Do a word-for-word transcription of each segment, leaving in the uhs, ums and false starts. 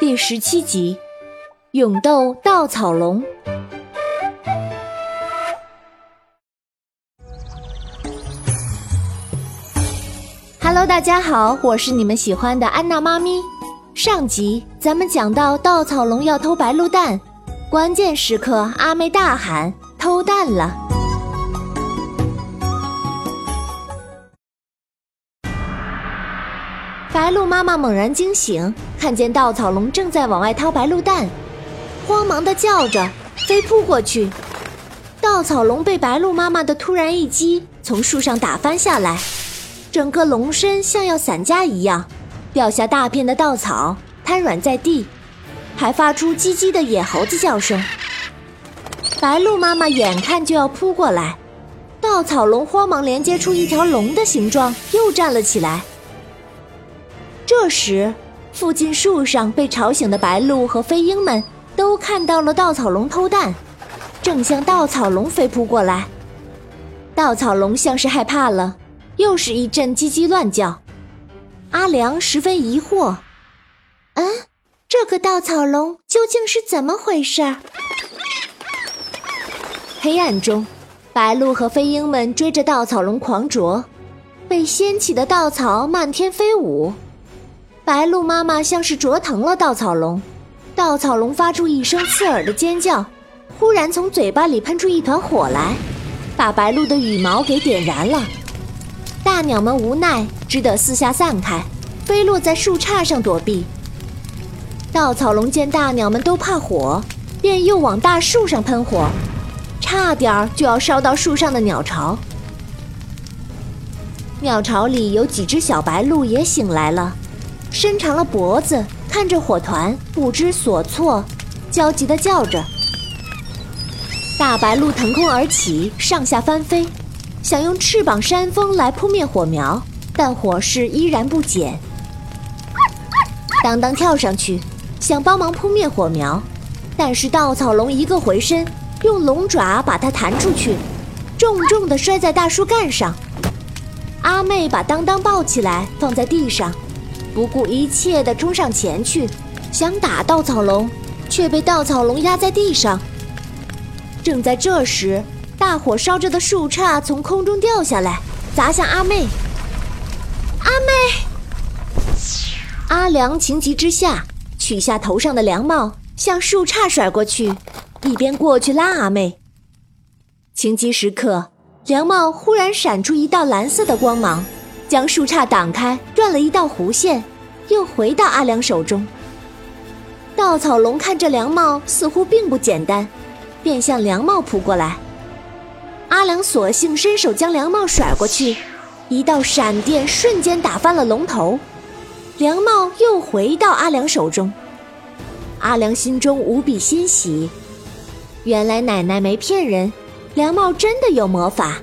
第十七集，勇斗稻草龙。Hello， 大家好，我是你们喜欢的安娜妈咪。上集咱们讲到稻草龙要偷白鹿蛋，关键时刻阿妹大喊偷蛋了。白鹿妈妈猛然惊醒，看见稻草龙正在往外掏白鹿蛋，慌忙地叫着飞扑过去。稻草龙被白鹿妈妈的突然一击从树上打翻下来，整个龙身像要散架一样，掉下大片的稻草，瘫软在地，还发出叽叽的野猴子叫声。白鹿妈妈眼看就要扑过来，稻草龙慌忙连接出一条龙的形状，又站了起来。这时，附近树上被吵醒的白鹭和飞鹰们都看到了稻草龙偷蛋，正向稻草龙飞扑过来。稻草龙像是害怕了，又是一阵叽叽乱叫。阿良十分疑惑，嗯，这个稻草龙究竟是怎么回事？黑暗中，白鹭和飞鹰们追着稻草龙狂啄，被掀起的稻草漫天飞舞。白鹭妈妈像是啄疼了稻草龙，稻草龙发出一声刺耳的尖叫，忽然从嘴巴里喷出一团火来，把白鹭的羽毛给点燃了。大鸟们无奈，只得四下散开，飞落在树杈上躲避。稻草龙见大鸟们都怕火，便又往大树上喷火，差点就要烧到树上的鸟巢。鸟巢里有几只小白鹭也醒来了，伸长了脖子看着火团，不知所措，焦急地叫着。大白鹭腾空而起，上下翻飞，想用翅膀扇风来扑灭火苗，但火势依然不减。当当跳上去想帮忙扑灭火苗，但是稻草龙一个回身，用龙爪把它弹出去，重重地摔在大树干上。阿妹把当当抱起来放在地上，不顾一切地冲上前去，想打稻草龙，却被稻草龙压在地上。正在这时，大火烧着的树杈从空中掉下来，砸向阿妹。阿妹！阿良情急之下，取下头上的凉帽，向树杈甩过去，一边过去拉阿妹。情急时刻，凉帽忽然闪出一道蓝色的光芒，将树杈挡开，转了一道弧线，又回到阿良手中。稻草龙看这凉帽似乎并不简单，便向凉帽扑过来。阿良索性伸手将凉帽甩过去，一道闪电瞬间打翻了龙头，凉帽又回到阿良手中。阿良心中无比欣喜，原来奶奶没骗人，凉帽真的有魔法。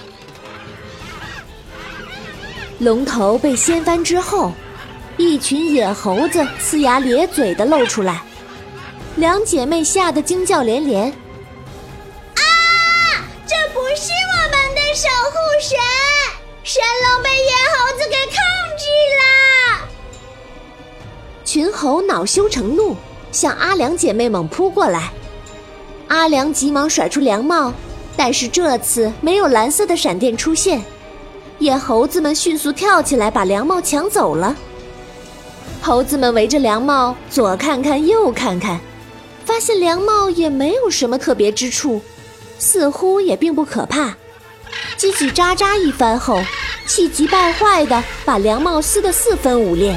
龙头被掀翻之后，一群野猴子呲牙咧嘴地露出来，两姐妹吓得惊叫连连。 啊！这不是我们的守护神，神龙被野猴子给控制了！ 群猴恼羞成怒，向阿良姐妹猛扑过来。阿良急忙甩出凉帽，但是这次没有蓝色的闪电出现，野猴子们迅速跳起来把凉帽抢走了。猴子们围着凉帽左看看右看看，发现凉帽也没有什么特别之处，似乎也并不可怕。叽叽喳喳一番后，气急败坏地把凉帽撕得四分五裂。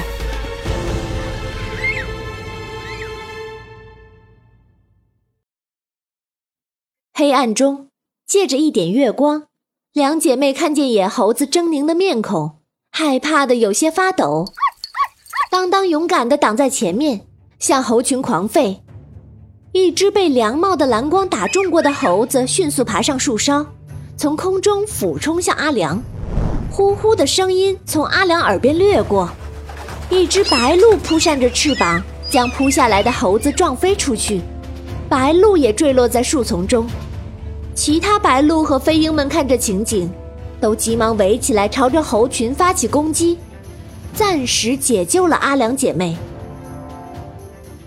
黑暗中，借着一点月光，两姐妹看见野猴子狰狞的面孔，害怕得有些发抖。当当勇敢地挡在前面，向猴群狂吠。一只被凉帽的蓝光打中过的猴子迅速爬上树梢，从空中俯冲向阿良。呼呼的声音从阿良耳边掠过，一只白鹭扑扇着翅膀，将扑下来的猴子撞飞出去，白鹭也坠落在树丛中。其他白鹭和飞鹰们看着情景，都急忙围起来朝着猴群发起攻击，暂时解救了阿良姐妹。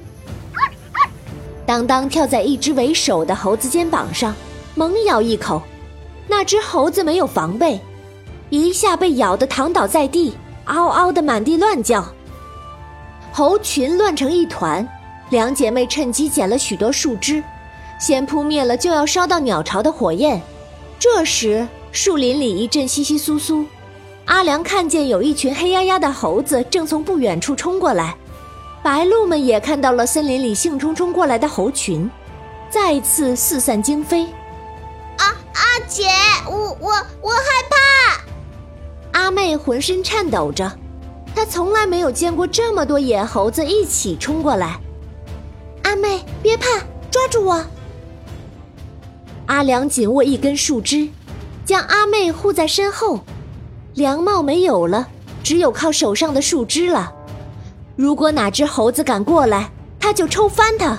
当当跳在一只为首的猴子肩膀上，猛咬一口。那只猴子没有防备，一下被咬得躺倒在地，嗷嗷地满地乱叫。猴群乱成一团，两姐妹趁机捡了许多树枝，先扑灭了就要烧到鸟巢的火焰。这时树林里一阵窸窸窣窣，阿良看见有一群黑压压的猴子正从不远处冲过来，白鹭们也看到了森林里兴冲冲过来的猴群，再一次四散惊飞。 啊阿姐，我我我害怕！ 阿妹浑身颤抖着，她从来没有见过这么多野猴子一起冲过来。 阿妹，别怕，抓住我！ 阿良紧握一根树枝，将阿妹护在身后。凉帽没有了，只有靠手上的树枝了。如果哪只猴子敢过来，他就抽翻它。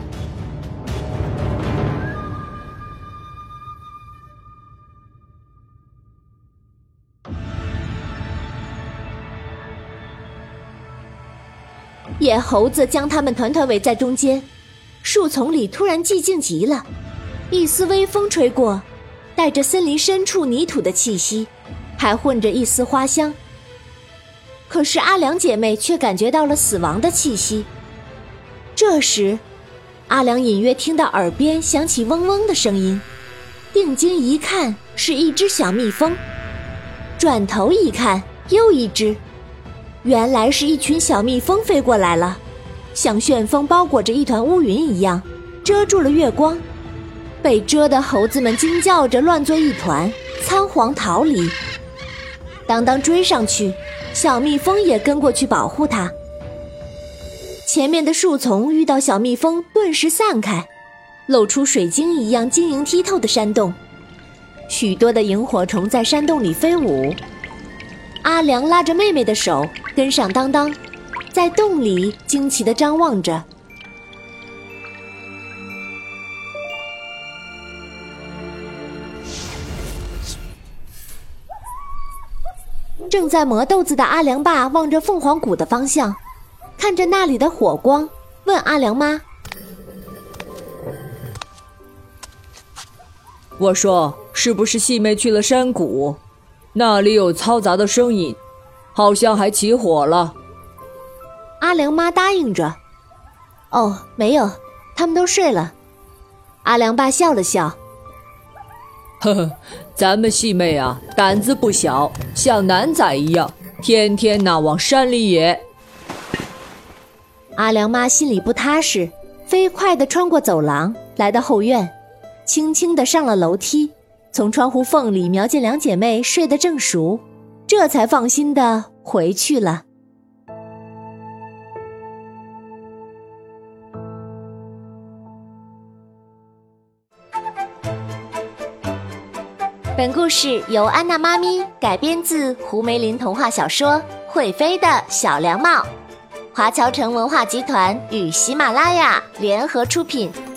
野猴子将他们团团围在中间，树丛里突然寂静极了，一丝微风吹过，带着森林深处泥土的气息，还混着一丝花香。可是阿良姐妹却感觉到了死亡的气息。这时阿良隐约听到耳边响起嗡嗡的声音，定睛一看，是一只小蜜蜂。转头一看，又一只，原来是一群小蜜蜂飞过来了，像旋风包裹着一团乌云一样，遮住了月光。被遮的猴子们惊叫着乱作一团，仓皇逃离。当当追上去，小蜜蜂也跟过去保护它。前面的树丛遇到小蜜蜂顿时散开，露出水晶一样晶莹剔透的山洞。许多的萤火虫在山洞里飞舞。阿良拉着妹妹的手跟上当当，在洞里惊奇地张望着。正在磨豆子的阿良爸望着凤凰谷的方向，看着那里的火光，问阿良妈： 我说是不是细妹去了山谷？那里有嘈杂的声音，好像还起火了。 阿良妈答应着：哦，没有，他们都睡了。阿良爸笑了笑： 呵呵，咱们细妹啊，胆子不小，像男仔一样，天天呐往山里野。 阿良妈心里不踏实，飞快地穿过走廊，来到后院，轻轻地上了楼梯，从窗户缝里瞄见两姐妹睡得正熟，这才放心地回去了。本故事由安娜妈咪改编自胡梅林童话小说《会飞的小凉帽》，华侨城文化集团与喜马拉雅联合出品。